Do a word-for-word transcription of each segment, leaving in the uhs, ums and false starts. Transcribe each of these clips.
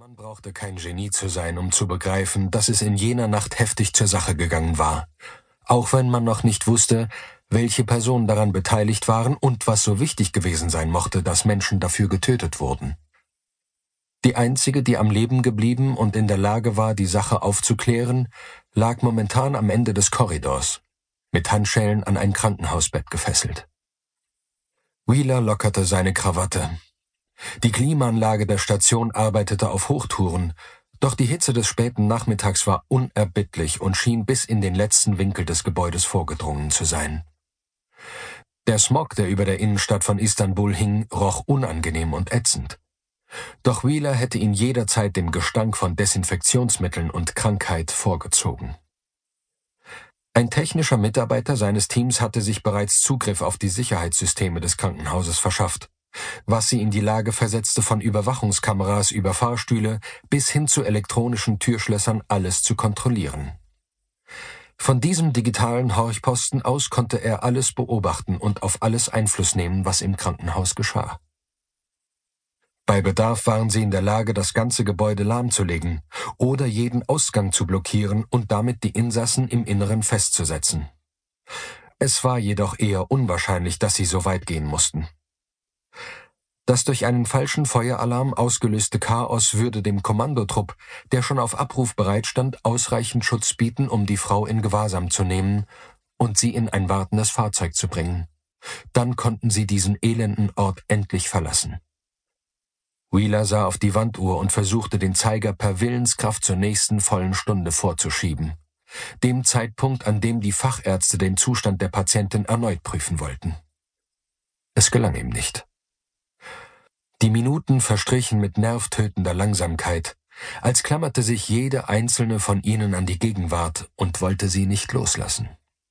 Man brauchte kein Genie zu sein, um zu begreifen, dass es in jener Nacht heftig zur Sache gegangen war. Auch wenn man noch nicht wusste, welche Personen daran beteiligt waren und was so wichtig gewesen sein mochte, dass Menschen dafür getötet wurden. Die einzige, die am Leben geblieben und in der Lage war, die Sache aufzuklären, lag momentan am Ende des Korridors, mit Handschellen an ein Krankenhausbett gefesselt. Wheeler lockerte seine Krawatte. Die Klimaanlage der Station arbeitete auf Hochtouren, doch die Hitze des späten Nachmittags war unerbittlich und schien bis in den letzten Winkel des Gebäudes vorgedrungen zu sein. Der Smog, der über der Innenstadt von Istanbul hing, roch unangenehm und ätzend. Doch Wheeler hätte ihn jederzeit dem Gestank von Desinfektionsmitteln und Krankheit vorgezogen. Ein technischer Mitarbeiter seines Teams hatte sich bereits Zugriff auf die Sicherheitssysteme des Krankenhauses verschafft, was sie in die Lage versetzte, von Überwachungskameras über Fahrstühle bis hin zu elektronischen Türschlössern alles zu kontrollieren. Von diesem digitalen Horchposten aus konnte er alles beobachten und auf alles Einfluss nehmen, was im Krankenhaus geschah. Bei Bedarf waren sie in der Lage, das ganze Gebäude lahmzulegen oder jeden Ausgang zu blockieren und damit die Insassen im Inneren festzusetzen. Es war jedoch eher unwahrscheinlich, dass sie so weit gehen mussten. Das durch einen falschen Feueralarm ausgelöste Chaos würde dem Kommandotrupp, der schon auf Abruf bereitstand, ausreichend Schutz bieten, um die Frau in Gewahrsam zu nehmen und sie in ein wartendes Fahrzeug zu bringen. Dann konnten sie diesen elenden Ort endlich verlassen. Wheeler sah auf die Wanduhr und versuchte, den Zeiger per Willenskraft zur nächsten vollen Stunde vorzuschieben, dem Zeitpunkt, an dem die Fachärzte den Zustand der Patientin erneut prüfen wollten. Es gelang ihm nicht. Die Minuten verstrichen mit nervtötender Langsamkeit, als klammerte sich jede einzelne von ihnen an die Gegenwart und wollte sie nicht loslassen.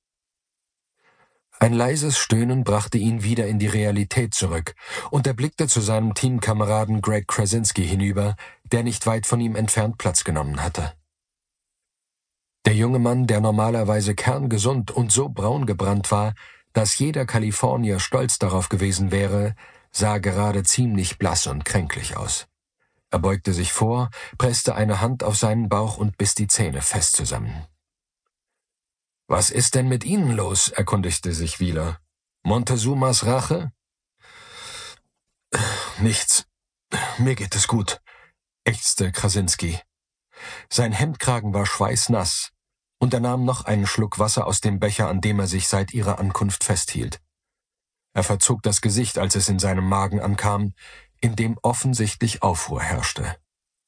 Ein leises Stöhnen brachte ihn wieder in die Realität zurück, und er blickte zu seinem Teamkameraden Greg Krasinski hinüber, der nicht weit von ihm entfernt Platz genommen hatte. Der junge Mann, der normalerweise kerngesund und so braun gebrannt war, dass jeder Kalifornier stolz darauf gewesen wäre, sah gerade ziemlich blass und kränklich aus. Er beugte sich vor, presste eine Hand auf seinen Bauch und biss die Zähne fest zusammen. »Was ist denn mit Ihnen los?« erkundigte sich Wheeler. »Montezumas Rache?« »Nichts. Mir geht es gut«, ächzte Krasinski. Sein Hemdkragen war schweißnass, und er nahm noch einen Schluck Wasser aus dem Becher, an dem er sich seit ihrer Ankunft festhielt. Er verzog das Gesicht, als es in seinem Magen ankam, in dem offensichtlich Aufruhr herrschte.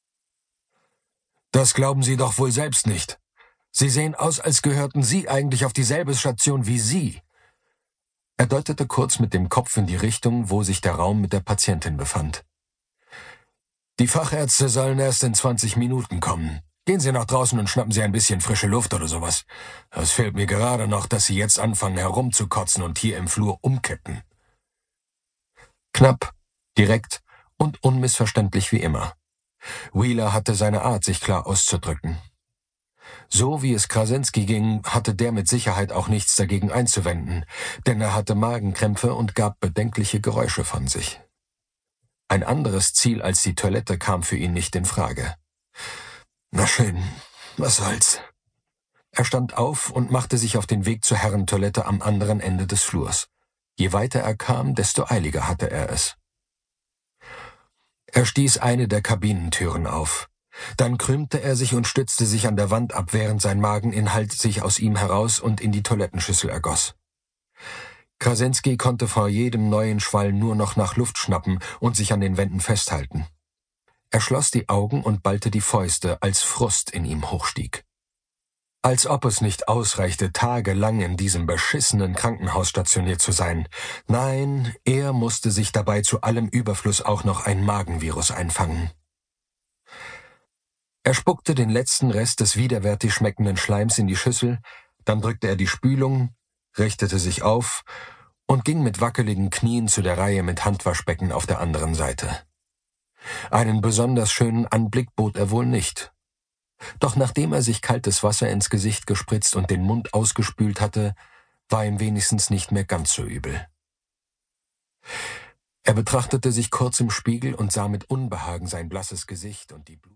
»Das glauben Sie doch wohl selbst nicht. Sie sehen aus, als gehörten Sie eigentlich auf dieselbe Station wie Sie.« Er deutete kurz mit dem Kopf in die Richtung, wo sich der Raum mit der Patientin befand. »Die Fachärzte sollen erst in zwanzig Minuten kommen. Gehen Sie nach draußen und schnappen Sie ein bisschen frische Luft oder sowas. Es fehlt mir gerade noch, dass Sie jetzt anfangen herumzukotzen und hier im Flur umkippen.« Knapp, direkt und unmissverständlich wie immer. Wheeler hatte seine Art, sich klar auszudrücken. So wie es Krasinski ging, hatte der mit Sicherheit auch nichts dagegen einzuwenden, denn er hatte Magenkrämpfe und gab bedenkliche Geräusche von sich. Ein anderes Ziel als die Toilette kam für ihn nicht in Frage. »Na schön, was soll's?« Er stand auf und machte sich auf den Weg zur Herrentoilette am anderen Ende des Flurs. Je weiter er kam, desto eiliger hatte er es. Er stieß eine der Kabinentüren auf. Dann krümmte er sich und stützte sich an der Wand ab, während sein Mageninhalt sich aus ihm heraus und in die Toilettenschüssel ergoss. Krasinski konnte vor jedem neuen Schwall nur noch nach Luft schnappen und sich an den Wänden festhalten. Er schloss die Augen und ballte die Fäuste, als Frust in ihm hochstieg. Als ob es nicht ausreichte, tagelang in diesem beschissenen Krankenhaus stationiert zu sein. Nein, er musste sich dabei zu allem Überfluss auch noch ein Magenvirus einfangen. Er spuckte den letzten Rest des widerwärtig schmeckenden Schleims in die Schüssel, dann drückte er die Spülung, richtete sich auf und ging mit wackeligen Knien zu der Reihe mit Handwaschbecken auf der anderen Seite. Einen besonders schönen Anblick bot er wohl nicht. Doch nachdem er sich kaltes Wasser ins Gesicht gespritzt und den Mund ausgespült hatte, war ihm wenigstens nicht mehr ganz so übel. Er betrachtete sich kurz im Spiegel und sah mit Unbehagen sein blasses Gesicht und die Blut